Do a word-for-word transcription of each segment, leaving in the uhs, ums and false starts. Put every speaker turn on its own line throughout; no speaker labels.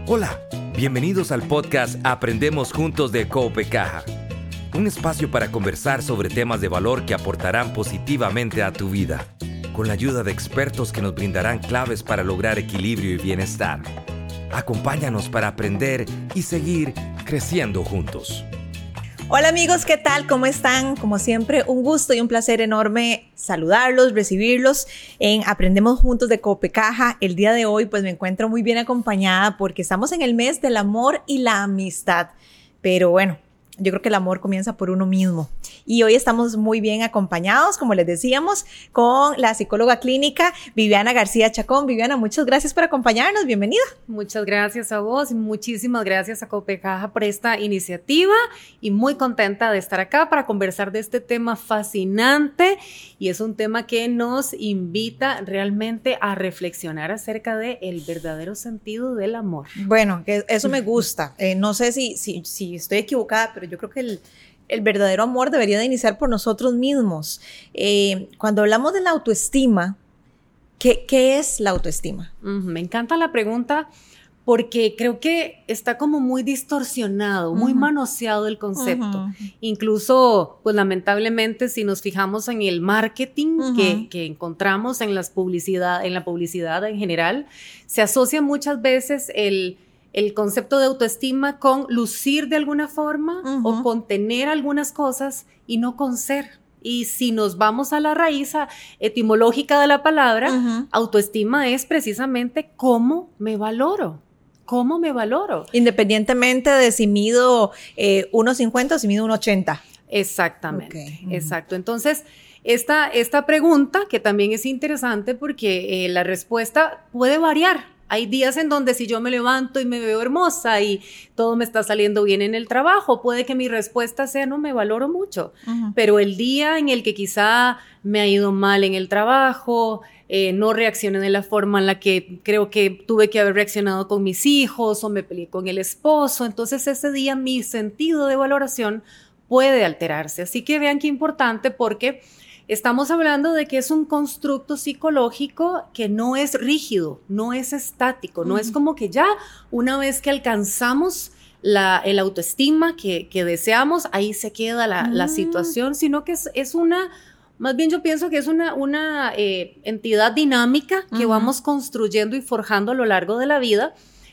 Hola, bienvenidos al podcast Aprendemos Juntos de Copecaja. Un espacio para conversar sobre temas de valor que aportarán positivamente a tu vida, con la ayuda de expertos que nos brindarán claves para lograr equilibrio y bienestar. Acompáñanos para aprender y seguir creciendo juntos.
Hola amigos, ¿qué tal? ¿Cómo están? Como siempre, un gusto y un placer enorme saludarlos, recibirlos en Aprendemos Juntos de Copecaja. El día de hoy pues me encuentro muy bien acompañada porque estamos en el mes del amor y la amistad. Pero bueno, yo creo que el amor comienza por uno mismo. Y hoy estamos muy bien acompañados, como les decíamos, con la psicóloga clínica Viviana García Chacón. Viviana, muchas gracias por acompañarnos. Bienvenida.
Muchas gracias a vos y muchísimas gracias a Copecaja por esta iniciativa y muy contenta de estar acá para conversar de este tema fascinante, y es un tema que nos invita realmente a reflexionar acerca de el verdadero sentido del amor.
Bueno, eso me gusta. Eh, no sé si, si, si estoy equivocada, pero yo creo que el, el verdadero amor debería de iniciar por nosotros mismos. Eh, cuando hablamos de la autoestima, ¿qué, qué es la autoestima?
Uh-huh. Me encanta la pregunta porque creo que está como muy distorsionado, uh-huh. muy manoseado el concepto. Uh-huh. Incluso, pues lamentablemente, si nos fijamos en el marketing uh-huh. que, que encontramos en, las publicidad, en la publicidad en general, se asocia muchas veces el... el concepto de autoestima con lucir de alguna forma uh-huh. o con tener algunas cosas y no con ser. Y si nos vamos a la raíz etimológica de la palabra, uh-huh. autoestima es precisamente cómo me valoro. ¿Cómo me valoro?
Independientemente de si mido eh, uno cincuenta o si mido uno ochenta.
Exactamente,
okay. uh-huh.
exacto. Entonces, esta, esta pregunta que también es interesante porque eh, la respuesta puede variar. Hay días en donde si yo me levanto y me veo hermosa y todo me está saliendo bien en el trabajo, puede que mi respuesta sea no me valoro mucho. Uh-huh. Pero el día en el que quizá me ha ido mal en el trabajo, eh, no reaccioné de la forma en la que creo que tuve que haber reaccionado con mis hijos o me peleé con el esposo, entonces ese día mi sentido de valoración puede alterarse. Así que vean qué importante, porque estamos hablando de que es un constructo psicológico que no es rígido, no es estático, no uh-huh. es como que ya una vez que alcanzamos la, el autoestima que, que deseamos, ahí se queda la, uh-huh. la situación, sino que es, es una, más bien yo pienso que es una, una eh, entidad dinámica que uh-huh. vamos construyendo y forjando a lo largo de la vida.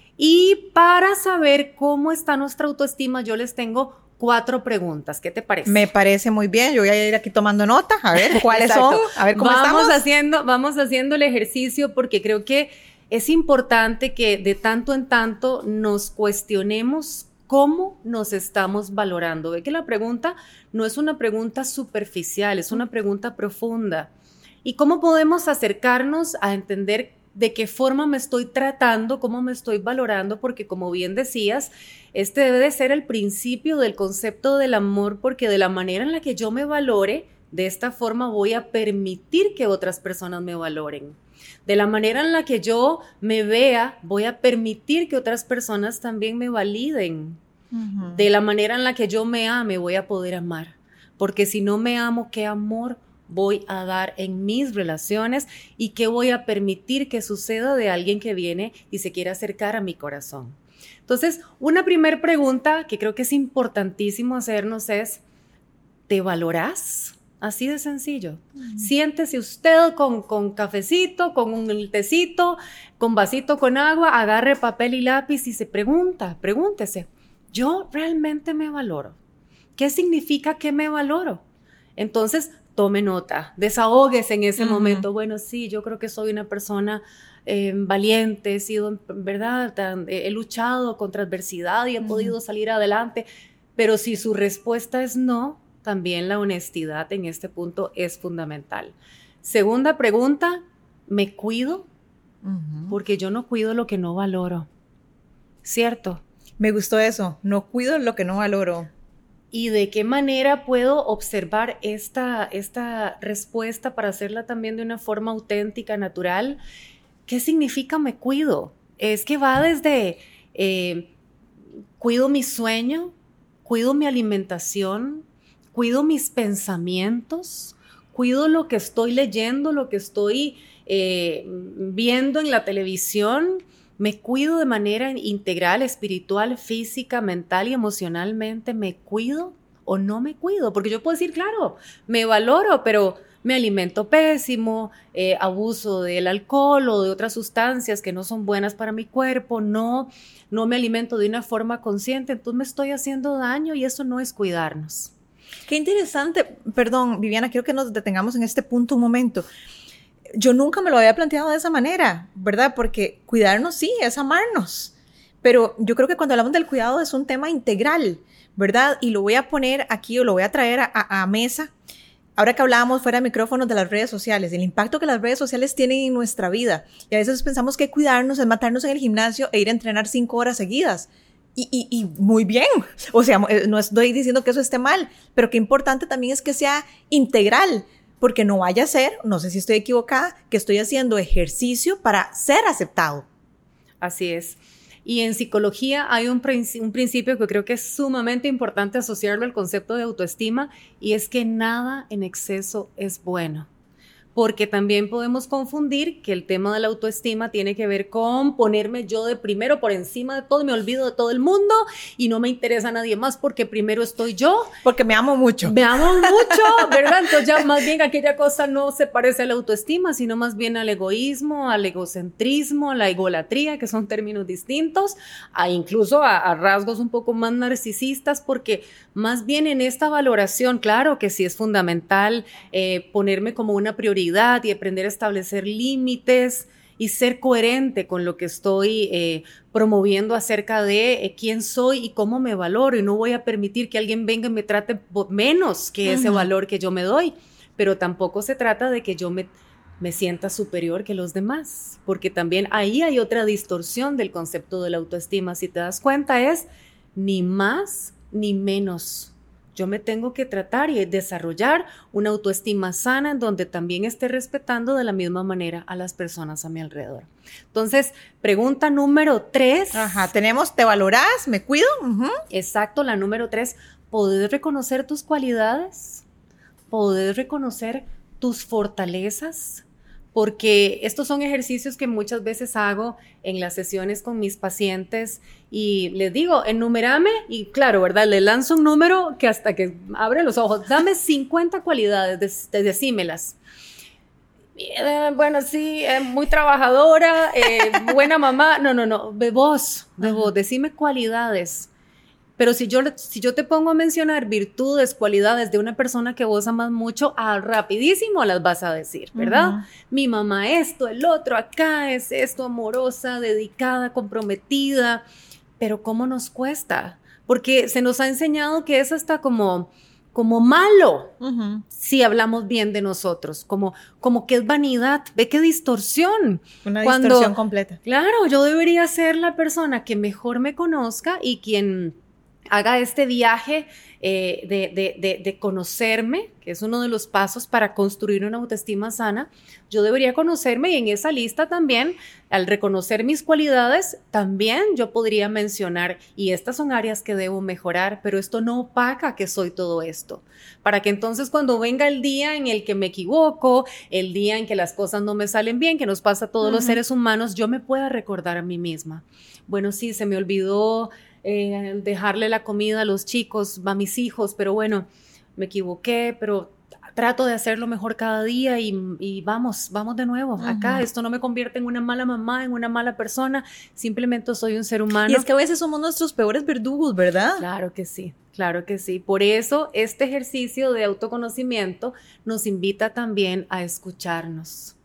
Y para saber cómo está nuestra autoestima, yo les tengo cuatro preguntas. ¿Qué te parece?
Me parece muy bien. Yo voy a ir aquí tomando nota. A ver, ¿cuáles son? A ver cómo
vamos
estamos.
Haciendo, vamos haciendo el ejercicio porque creo que es importante que de tanto en tanto nos cuestionemos cómo nos estamos valorando. Ve que la pregunta no es una pregunta superficial, es una pregunta profunda. ¿Y cómo podemos acercarnos a entender de qué forma me estoy tratando, cómo me estoy valorando? Porque como bien decías, este debe de ser el principio del concepto del amor, porque de la manera en la que yo me valore, de esta forma voy a permitir que otras personas me valoren. De la manera en la que yo me vea, voy a permitir que otras personas también me validen. Uh-huh. De la manera en la que yo me ame, voy a poder amar. Porque si no me amo, ¿qué amor voy a dar en mis relaciones y qué voy a permitir que suceda de alguien que viene y se quiere acercar a mi corazón? Entonces, una primera pregunta que creo que es importantísimo hacernos es, ¿te valorás? Así de sencillo. Uh-huh. Siéntese usted con, con cafecito, con un tecito, con vasito con agua, agarre papel y lápiz y se pregunta, pregúntese, ¿yo realmente me valoro? ¿Qué significa que me valoro? Entonces, tome nota, desahóguese en ese uh-huh. momento. Bueno, sí, yo creo que soy una persona eh, valiente, he sido, ¿verdad? Tan, eh, he luchado contra adversidad y he uh-huh. podido salir adelante. Pero si su respuesta es no, también la honestidad en este punto es fundamental. Segunda pregunta, ¿me cuido? Uh-huh. Porque yo no cuido lo que no valoro. ¿Cierto?
Me gustó eso, no cuido lo que no valoro.
¿Y de qué manera puedo observar esta, esta respuesta para hacerla también de una forma auténtica, natural? ¿Qué significa me cuido? Es que va desde eh, cuido mi sueño, cuido mi alimentación, cuido mis pensamientos, cuido lo que estoy leyendo, lo que estoy eh, viendo en la televisión, Me cuido de manera integral, espiritual, física, mental y emocionalmente. ¿Me cuido o no me cuido? Porque yo puedo decir, claro, me valoro, pero me alimento pésimo, eh, abuso del alcohol o de otras sustancias que no son buenas para mi cuerpo, no, no me alimento de una forma consciente, entonces me estoy haciendo daño y eso no es cuidarnos.
Qué interesante. Perdón, Viviana, quiero que nos detengamos en este punto un momento. Yo nunca me lo había planteado de esa manera, ¿verdad? Porque cuidarnos sí, es amarnos. Pero yo creo que cuando hablamos del cuidado es un tema integral, ¿verdad? Y lo voy a poner aquí o lo voy a traer a, a, a mesa. Ahora que hablábamos fuera de micrófonos de las redes sociales, el impacto que las redes sociales tienen en nuestra vida. Y a veces pensamos que cuidarnos es matarnos en el gimnasio e ir a entrenar cinco horas seguidas. Y, y, y muy bien, o sea, no estoy diciendo que eso esté mal, pero qué importante también es que sea integral, porque no vaya a ser, no sé si estoy equivocada, que estoy haciendo ejercicio para ser aceptado.
Así es. Y en psicología hay un, princi- un principio que creo que es sumamente importante asociarlo al concepto de autoestima, y es que nada en exceso es bueno. Porque también podemos confundir que el tema de la autoestima tiene que ver con ponerme yo de primero por encima de todo, me olvido de todo el mundo y no me interesa a nadie más porque primero estoy yo.
Porque me amo mucho.
Me amo mucho, ¿verdad? Entonces ya más bien aquella cosa no se parece a la autoestima, sino más bien al egoísmo, al egocentrismo, a la egolatría, que son términos distintos, a incluso a, a rasgos un poco más narcisistas, porque más bien en esta valoración, claro que sí es fundamental eh, ponerme como una prioridad y aprender a establecer límites y ser coherente con lo que estoy eh, promoviendo acerca de eh, quién soy y cómo me valoro, y no voy a permitir que alguien venga y me trate menos que ese uh-huh. valor que yo me doy, pero tampoco se trata de que yo me, me sienta superior que los demás, porque también ahí hay otra distorsión del concepto de la autoestima. Si te das cuenta, es ni más ni menos. Yo me tengo que tratar y desarrollar una autoestima sana en donde también esté respetando de la misma manera a las personas a mi alrededor. Entonces, pregunta número tres.
Ajá, tenemos, ¿te valorás? ¿Me cuido? Uh-huh.
Exacto, la número tres. ¿Podés reconocer tus cualidades? ¿Podés reconocer tus fortalezas? Porque estos son ejercicios que muchas veces hago en las sesiones con mis pacientes y les digo, enumerame, y claro, ¿verdad? Le lanzo un número que hasta que abre los ojos, dame cincuenta cualidades, de, de, decímelas. Eh, bueno, sí, eh, muy trabajadora, eh, buena mamá, no, no, no, de vos, de vos, decime cualidades. Pero si yo, si yo te pongo a mencionar virtudes, cualidades de una persona que vos amas mucho, ah, rapidísimo las vas a decir, ¿verdad? Uh-huh. Mi mamá esto, el otro, acá es esto, amorosa, dedicada, comprometida. Pero ¿cómo nos cuesta? Porque se nos ha enseñado que es hasta como, como malo, uh-huh. si hablamos bien de nosotros, como, como que es vanidad. Ve qué distorsión.
Una Cuando, distorsión completa.
Claro, yo debería ser la persona que mejor me conozca y quien haga este viaje eh, de, de, de, de conocerme, que es uno de los pasos para construir una autoestima sana. Yo debería conocerme, y en esa lista también, al reconocer mis cualidades, también yo podría mencionar, y estas son áreas que debo mejorar, pero esto no opaca que soy todo esto, para que entonces cuando venga el día en el que me equivoco, el día en que las cosas no me salen bien, que nos pasa a todos uh-huh. los seres humanos, yo me pueda recordar a mí misma. Bueno, sí, se me olvidó Eh, dejarle la comida a los chicos, a mis hijos, pero bueno, me equivoqué, pero trato de hacerlo mejor cada día y, y vamos, vamos de nuevo. Uh-huh. Acá esto no me convierte en una mala mamá, en una mala persona, simplemente soy un ser humano.
Y es que a veces somos nuestros peores verdugos, ¿verdad?
Claro que sí, claro que sí. Por eso este ejercicio de autoconocimiento nos invita también a escucharnos,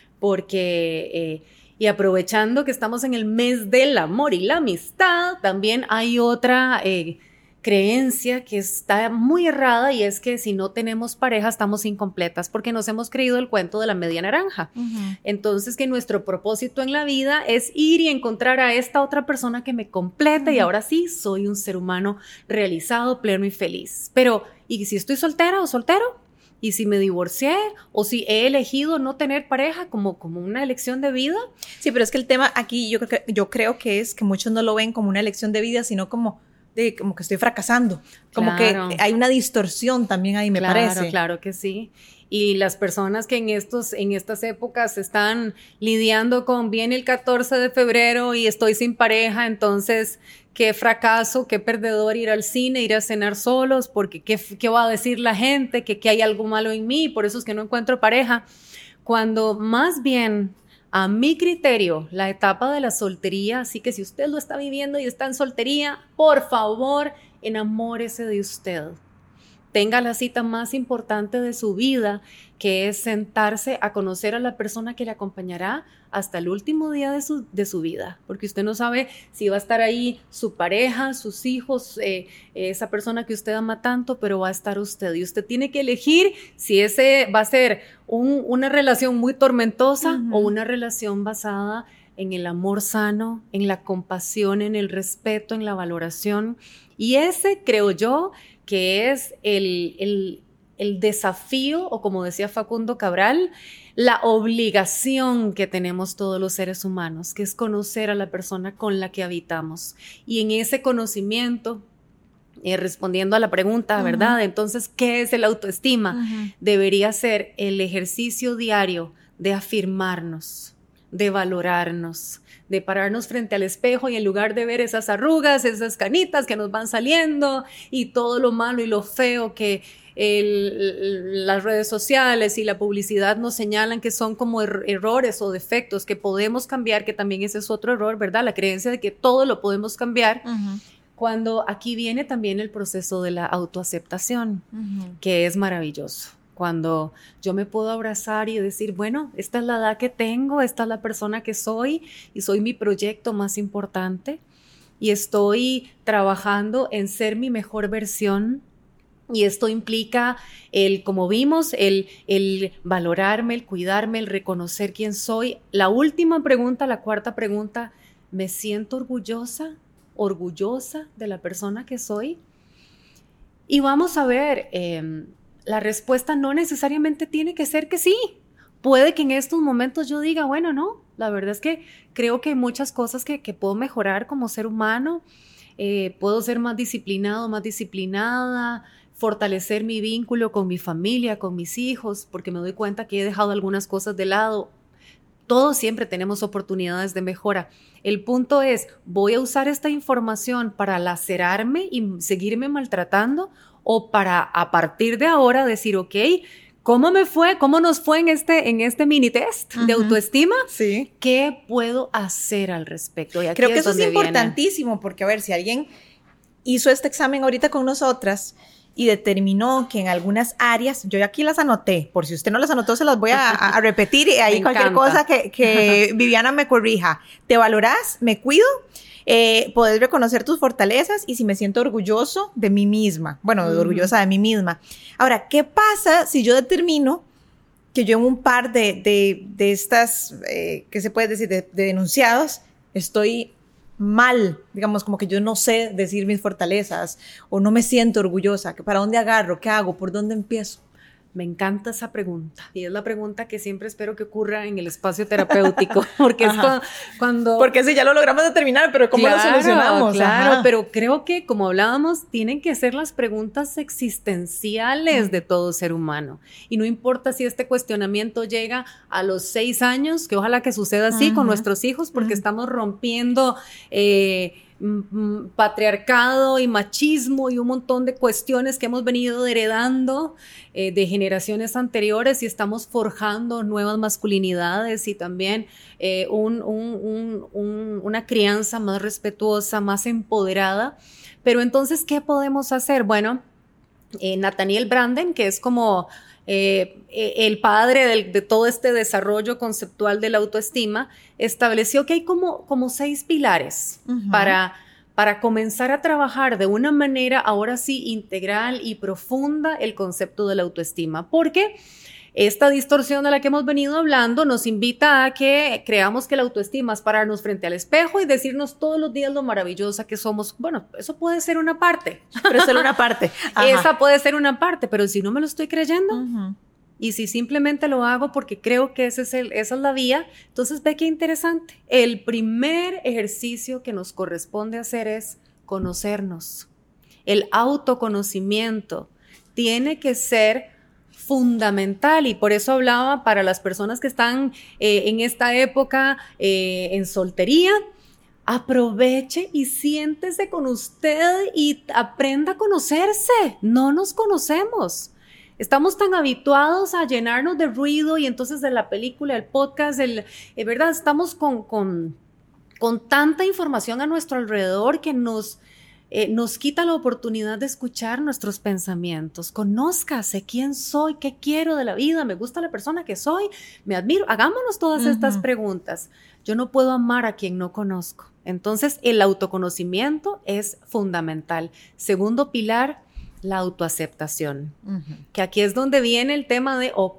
porque eh, y aprovechando que estamos en el mes del amor y la amistad, también hay otra eh, creencia que está muy errada, y es que si no tenemos pareja estamos incompletas, porque nos hemos creído el cuento de la media naranja. Uh-huh. Entonces, que nuestro propósito en la vida es ir y encontrar a esta otra persona que me complete, uh-huh. y ahora sí soy un ser humano realizado, pleno y feliz. Pero, ¿y si estoy soltera o soltero? ¿Y si me divorcié? ¿O si he elegido no tener pareja como, como una elección de vida?
Sí, pero es que el tema aquí yo, yo creo que es que muchos no lo ven como una elección de vida, sino como de como que estoy fracasando, como
Claro.
que hay una distorsión también ahí, me
claro,
parece.
Claro que sí. Y las personas que en, estos, en estas épocas están lidiando con, viene el catorce de febrero y estoy sin pareja, entonces qué fracaso, qué perdedor ir al cine, ir a cenar solos, porque qué, qué va a decir la gente, que, que hay algo malo en mí, por eso es que no encuentro pareja. Cuando más bien, a mi criterio, la etapa de la soltería, así que si usted lo está viviendo y está en soltería, por favor, enamórese de usted. Tenga la cita más importante de su vida, que es sentarse a conocer a la persona que le acompañará hasta el último día de su, de su vida, porque usted no sabe si va a estar ahí su pareja, sus hijos, eh, esa persona que usted ama tanto, pero va a estar usted, y usted tiene que elegir si ese va a ser un, una relación muy tormentosa uh-huh. o una relación basada en el amor sano, en la compasión, en el respeto, en la valoración, y ese creo yo que es el, el, el desafío, o como decía Facundo Cabral, la obligación que tenemos todos los seres humanos, que es conocer a la persona con la que habitamos. Y en ese conocimiento, eh, respondiendo a la pregunta, ¿verdad? Uh-huh. Entonces, ¿qué es el autoestima? Uh-huh. Debería ser el ejercicio diario de afirmarnos, de valorarnos, de pararnos frente al espejo y en lugar de ver esas arrugas, esas canitas que nos van saliendo y todo lo malo y lo feo que el, las redes sociales y la publicidad nos señalan que son como er- errores o defectos que podemos cambiar, que también ese es otro error, ¿verdad? La creencia de que todo lo podemos cambiar. Uh-huh. Cuando aquí viene también el proceso de la autoaceptación, uh-huh. que es maravilloso. Cuando yo me puedo abrazar y decir, bueno, esta es la edad que tengo, esta es la persona que soy y soy mi proyecto más importante y estoy trabajando en ser mi mejor versión, y esto implica el, como vimos, el, el valorarme, el cuidarme, el reconocer quién soy. La última pregunta, la cuarta pregunta, ¿me siento orgullosa, orgullosa de la persona que soy? Y vamos a ver, eh, la respuesta no necesariamente tiene que ser que sí. Puede que en estos momentos yo diga, bueno, no, la verdad es que creo que hay muchas cosas que, que puedo mejorar como ser humano. Eh, puedo ser más disciplinado, más disciplinada, fortalecer mi vínculo con mi familia, con mis hijos, porque me doy cuenta que he dejado algunas cosas de lado. Todos siempre tenemos oportunidades de mejora. El punto es, ¿voy a usar esta información para lacerarme y seguirme maltratando? O para a partir de ahora decir, ok, ¿cómo me fue? ¿Cómo nos fue en este, en este mini test uh-huh. de autoestima?
Sí.
¿Qué puedo hacer al respecto? Y aquí
Creo que
es
eso es importantísimo,
viene.
Porque a ver, si alguien hizo este examen ahorita con nosotras y determinó que en algunas áreas, yo aquí las anoté, por si usted no las anotó, se las voy a, a repetir y ahí cualquier cosa que, que Viviana me corrija. ¿Te valorás? ¿Me cuido? Eh, poder reconocer tus fortalezas y si me siento orgulloso de mí misma, bueno, uh-huh. orgullosa de mí misma. Ahora, ¿qué pasa si yo determino que yo en un par de, de, de estas, eh, ¿qué se puede decir? De, de denunciados, estoy mal, digamos, como que yo no sé decir mis fortalezas o no me siento orgullosa. ¿Para dónde agarro? ¿Qué hago? ¿Por dónde empiezo?
Me encanta esa pregunta y es la pregunta que siempre espero que ocurra en el espacio terapéutico, porque Ajá. es cuando...
Porque si ya lo logramos determinar, pero ¿cómo
claro,
lo solucionamos?
Claro,
Ajá.
pero creo que, como hablábamos, tienen que ser las preguntas existenciales de todo ser humano. Y no importa si este cuestionamiento llega a los seis años, que ojalá que suceda así uh-huh. con nuestros hijos, porque uh-huh. estamos rompiendo... Eh, patriarcado y machismo y un montón de cuestiones que hemos venido heredando eh, de generaciones anteriores y estamos forjando nuevas masculinidades y también eh, un, un, un, un, una crianza más respetuosa, más empoderada. Pero entonces, ¿qué podemos hacer? Bueno, eh, Nathaniel Branden, que es como Eh, el padre del, de todo este desarrollo conceptual de la autoestima, estableció que hay como, como seis pilares uh-huh. para, para comenzar a trabajar de una manera ahora sí integral y profunda el concepto de la autoestima, porque esta distorsión de la que hemos venido hablando nos invita a que creamos que la autoestima es pararnos frente al espejo y decirnos todos los días lo maravillosa que somos. Bueno, eso puede ser una parte.
Pero es solo una parte.
Ajá. Esa puede ser una parte, pero si no me lo estoy creyendo uh-huh. y si simplemente lo hago porque creo que ese es el, esa es la vía, entonces ve qué interesante. El primer ejercicio que nos corresponde hacer es conocernos. El autoconocimiento tiene que ser fundamental, y por eso hablaba para las personas que están eh, en esta época eh, en soltería. Aproveche y siéntese con usted y aprenda a conocerse. No nos conocemos. Estamos tan habituados a llenarnos de ruido y entonces de la película, el podcast, el, eh, ¿verdad? Estamos con, con, con tanta información a nuestro alrededor que nos, eh, nos quita la oportunidad de escuchar nuestros pensamientos. Conózcase quién soy, qué quiero de la vida, me gusta la persona que soy, me admiro. Hagámonos todas uh-huh. estas preguntas. Yo no puedo amar a quien no conozco. Entonces, el autoconocimiento es fundamental. Segundo pilar, la autoaceptación. Uh-huh. Que aquí es donde viene el tema de, ok,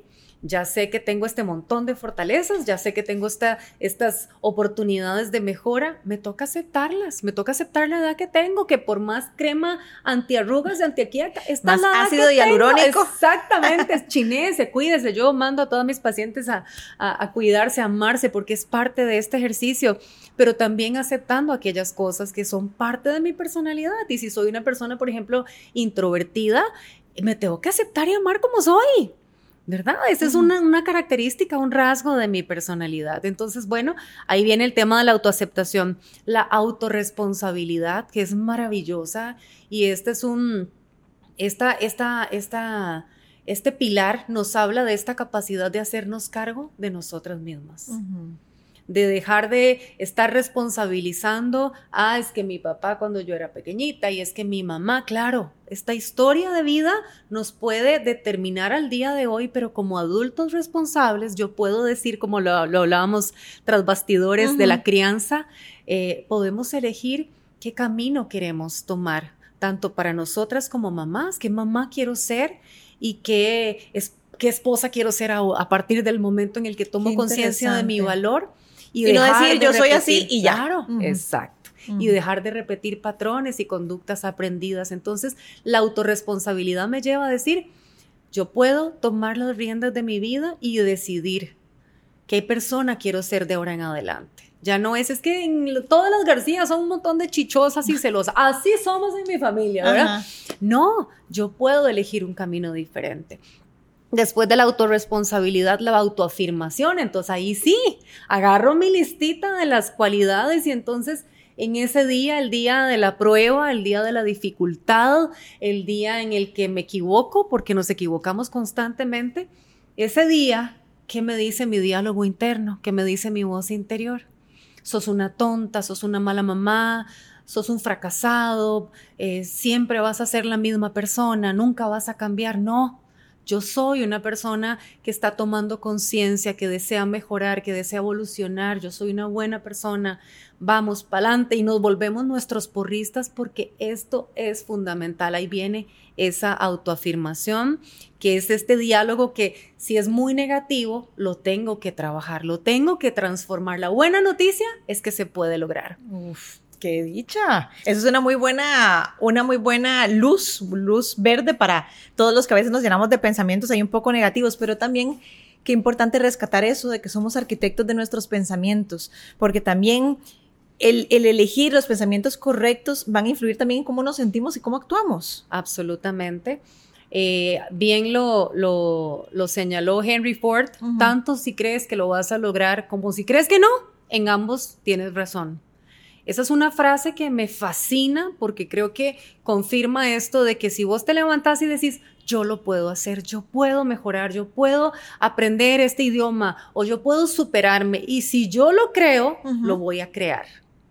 ya sé que tengo este montón de fortalezas, ya sé que tengo esta, estas oportunidades de mejora, me toca aceptarlas, me toca aceptar la edad que tengo, que por más crema antiarrugas y antiaquíaca, esta
más
la
ácido
que
hialurónico.
Tengo. Exactamente, chinese, cuídese. Yo mando a todos mis pacientes a, a, a cuidarse, a amarse, porque es parte de este ejercicio, pero también aceptando aquellas cosas que son parte de mi personalidad. Y si soy una persona, por ejemplo, introvertida, me tengo que aceptar y amar como soy. ¿Verdad? Esa es una, una característica, un rasgo de mi personalidad. Entonces, bueno, ahí viene el tema de la autoaceptación, la autorresponsabilidad, que es maravillosa, y este es un, esta, esta, esta, este pilar nos habla de esta capacidad de hacernos cargo de nosotras mismas. Uh-huh. De dejar de estar responsabilizando, ah, es que mi papá cuando yo era pequeñita y es que mi mamá, claro, esta historia de vida nos puede determinar al día de hoy, pero como adultos responsables, yo puedo decir, como lo, lo hablábamos tras bastidores uh-huh. de la crianza, eh, podemos elegir qué camino queremos tomar, tanto para nosotras como mamás, qué mamá quiero ser y qué, es, qué esposa quiero ser a, a partir del momento en el que tomo conciencia de mi valor.
Y, y no decir,
de
yo
repetir,
soy así y ya.
Claro, uh-huh. exacto. Uh-huh. Y dejar de repetir patrones y conductas aprendidas. Entonces, la autorresponsabilidad me lleva a decir, yo puedo tomar las riendas de mi vida y decidir qué persona quiero ser de ahora en adelante. Ya no es, es que en, todas las Garcías son un montón de chichosas y celosas. Así somos en mi familia, ¿verdad? Uh-huh. No, yo puedo elegir un camino diferente. Después de la autorresponsabilidad, la autoafirmación. Entonces ahí sí, agarro mi listita de las cualidades y entonces en ese día, el día de la prueba, el día de la dificultad, el día en el que me equivoco, porque nos equivocamos constantemente, ese día, ¿qué me dice mi diálogo interno? ¿Qué me dice mi voz interior? Sos una tonta, sos una mala mamá, sos un fracasado, eh, siempre vas a ser la misma persona, nunca vas a cambiar. No. Yo soy una persona que está tomando conciencia, que desea mejorar, que desea evolucionar. Yo soy una buena persona. Vamos para adelante y nos volvemos nuestros porristas porque esto es fundamental. Ahí viene esa autoafirmación, que es este diálogo que si es muy negativo, lo tengo que trabajar, lo tengo que transformar. La buena noticia es que se puede lograr.
Uf. ¡Qué dicha! Eso es una muy buena, una muy buena luz, luz verde para todos los que a veces nos llenamos de pensamientos ahí un poco negativos, pero también qué importante rescatar eso de que somos arquitectos de nuestros pensamientos, porque también el, el elegir los pensamientos correctos van a influir también en cómo nos sentimos y cómo actuamos.
Absolutamente. Eh, bien lo, lo, lo señaló Henry Ford, uh-huh. tanto si crees que lo vas a lograr como si crees que no, en ambos tienes razón. Esa es una frase que me fascina porque creo que confirma esto de que si vos te levantás y decís, yo lo puedo hacer, yo puedo mejorar, yo puedo aprender este idioma o yo puedo superarme y si yo lo creo, uh-huh. lo voy a crear.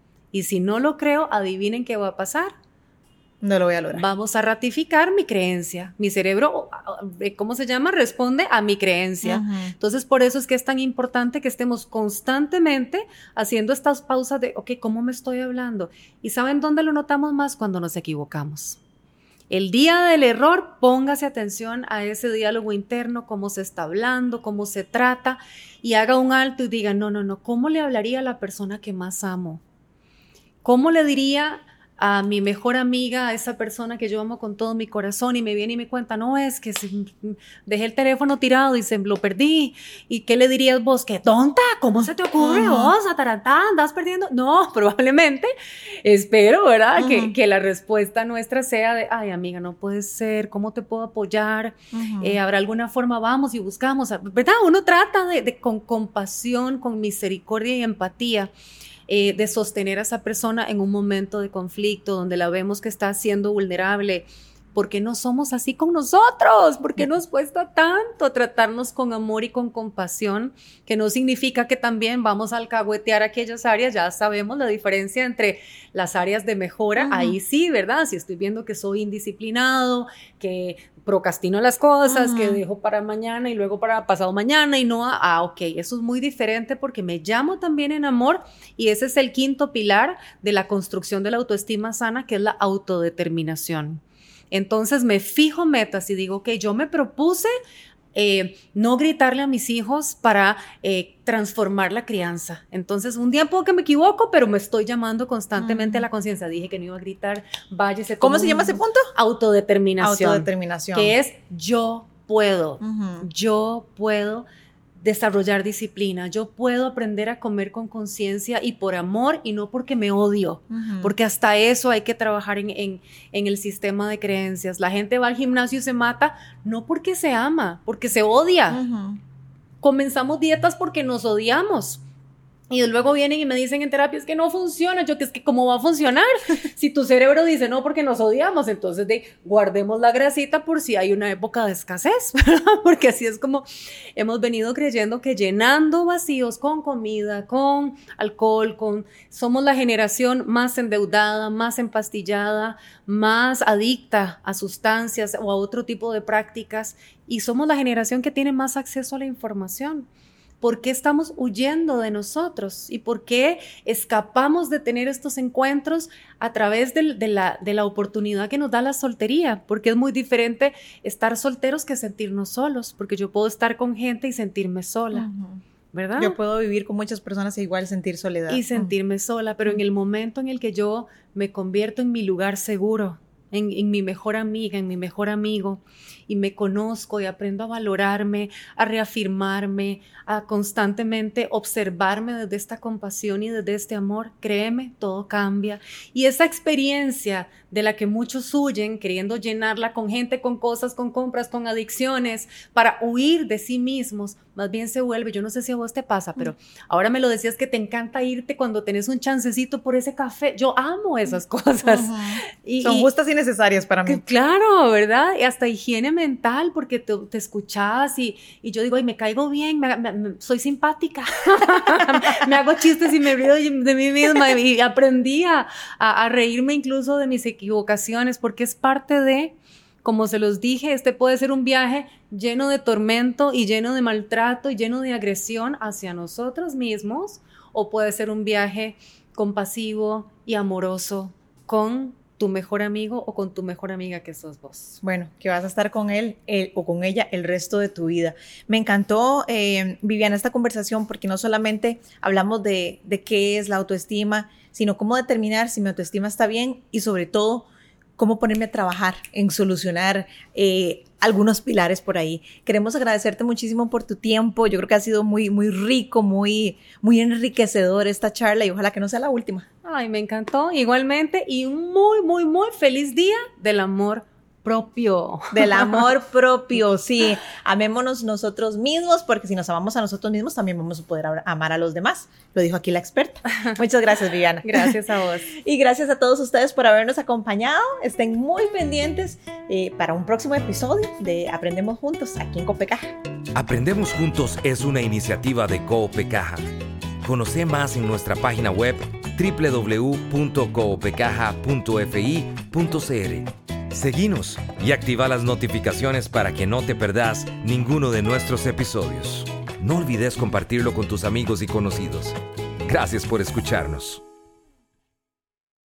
Y si no lo creo, adivinen qué va a pasar.
No lo voy a lograr.
Vamos a ratificar mi creencia. Mi cerebro, ¿cómo se llama? Responde a mi creencia. Uh-huh. Entonces, por eso es que es tan importante que estemos constantemente haciendo estas pausas de, ok, ¿cómo me estoy hablando? ¿Y saben dónde lo notamos más? Cuando nos equivocamos. El día del error, póngase atención a ese diálogo interno, cómo se está hablando, cómo se trata, y haga un alto y diga, no, no, no, ¿cómo le hablaría a la persona que más amo? ¿Cómo le diría a mi mejor amiga, a esa persona que yo amo con todo mi corazón y me viene y me cuenta, no, es que se, dejé el teléfono tirado y se lo perdí. ¿Y qué le dirías vos? ¡Qué tonta! ¿Cómo se te ocurre uh-huh. vos, atarantá? ¿Andás perdiendo? No, probablemente, espero, ¿verdad? Uh-huh. Que, que la respuesta nuestra sea de, ay, amiga, no puede ser, ¿cómo te puedo apoyar? Uh-huh. Eh, ¿Habrá alguna forma? Vamos y buscamos, ¿verdad? Uno trata de, de con compasión, con misericordia y empatía, Eh, de sostener a esa persona en un momento de conflicto donde la vemos que está siendo vulnerable. ¿Por qué no somos así con nosotros? ¿Por qué nos cuesta tanto tratarnos con amor y con compasión? Que no significa que también vamos a alcahuetear aquellas áreas. Ya sabemos la diferencia entre las áreas de mejora. Uh-huh. Ahí sí, ¿verdad? Si estoy viendo que soy indisciplinado, que procrastino las cosas, uh-huh. que dejo para mañana y luego para pasado mañana y no, ah, ok, eso es muy diferente porque me llamo también en amor y ese es el quinto pilar de la construcción de la autoestima sana, que es la autodeterminación. Entonces me fijo metas y digo, ok, yo me propuse eh, no gritarle a mis hijos para eh, transformar la crianza. Entonces un día puedo que me equivoco, pero me estoy llamando constantemente uh-huh. a la conciencia. Dije que no iba a gritar, váyase.
¿Cómo se llama ese punto?
Autodeterminación.
Autodeterminación.
Que es yo puedo, uh-huh. yo puedo desarrollar disciplina, yo puedo aprender a comer con conciencia y por amor y no porque me odio, uh-huh. porque hasta eso hay que trabajar en, en, en el sistema de creencias. La gente va al gimnasio y se mata no porque se ama, porque se odia. Uh-huh. Comenzamos dietas porque nos odiamos. Y luego vienen y me dicen en terapia, es que no funciona. Yo, que es que ¿cómo va a funcionar? Si tu cerebro dice no porque nos odiamos, entonces de, guardemos la grasita por si hay una época de escasez, ¿verdad? Porque así es como hemos venido creyendo que llenando vacíos con comida, con alcohol, con somos la generación más endeudada, más empastillada, más adicta a sustancias o a otro tipo de prácticas, y somos la generación que tiene más acceso a la información. ¿Por qué estamos huyendo de nosotros? ¿Y por qué escapamos de tener estos encuentros a través de, de, la, de la oportunidad que nos da la soltería? Porque es muy diferente estar solteros que sentirnos solos, porque yo puedo estar con gente y sentirme sola, uh-huh. ¿verdad?
Yo puedo vivir con muchas personas e igual sentir soledad.
Y sentirme uh-huh. sola, pero en el momento en el que yo me convierto en mi lugar seguro, En, en mi mejor amiga, en mi mejor amigo, y me conozco y aprendo a valorarme, a reafirmarme, a constantemente observarme desde esta compasión y desde este amor, créeme, todo cambia. Y esa experiencia de la que muchos huyen, queriendo llenarla con gente, con cosas, con compras, con adicciones, para huir de sí mismos, más bien se vuelve, yo no sé si a vos te pasa, pero ahora me lo decías que te encanta irte cuando tenés un chancecito por ese café. Yo amo esas cosas.
Uh-huh. y, Son justas y necesarias para mí.
Claro, ¿verdad? Y hasta higiene mental, porque te, te escuchás y, y yo digo, ay, me caigo bien, me, me, me, soy simpática. Me hago chistes y me río de mí misma y aprendí a, a, a reírme incluso de mis equivocaciones, porque es parte de, como se los dije, este puede ser un viaje lleno de tormento y lleno de maltrato y lleno de agresión hacia nosotros mismos, o puede ser un viaje compasivo y amoroso con tu mejor amigo o con tu mejor amiga que sos vos.
Bueno, que vas a estar con él, él o con ella el resto de tu vida. Me encantó, eh, Viviana, esta conversación, porque no solamente hablamos de, de qué es la autoestima, sino cómo determinar si mi autoestima está bien y sobre todo cómo ponerme a trabajar en solucionar eh, algunos pilares por ahí. Queremos agradecerte muchísimo por tu tiempo. Yo creo que ha sido muy, muy rico, muy, muy enriquecedor esta charla y ojalá que no sea la última.
Ay, me encantó igualmente y un muy, muy, muy feliz día del amor propio.
Del amor propio, sí. Amémonos nosotros mismos, porque si nos amamos a nosotros mismos, también vamos a poder amar a los demás. Lo dijo aquí la experta. Muchas gracias, Viviana.
Gracias a vos.
Y gracias a todos ustedes por habernos acompañado. Estén muy pendientes eh, para un próximo episodio de Aprendemos Juntos, aquí en Copecaja.
Aprendemos Juntos es una iniciativa de Copecaja. Conoce más en nuestra página web doble u doble u doble u punto copecaja punto f i punto c r. Seguinos y activa las notificaciones para que no te perdas ninguno de nuestros episodios. No olvides compartirlo con tus amigos y conocidos. Gracias por escucharnos.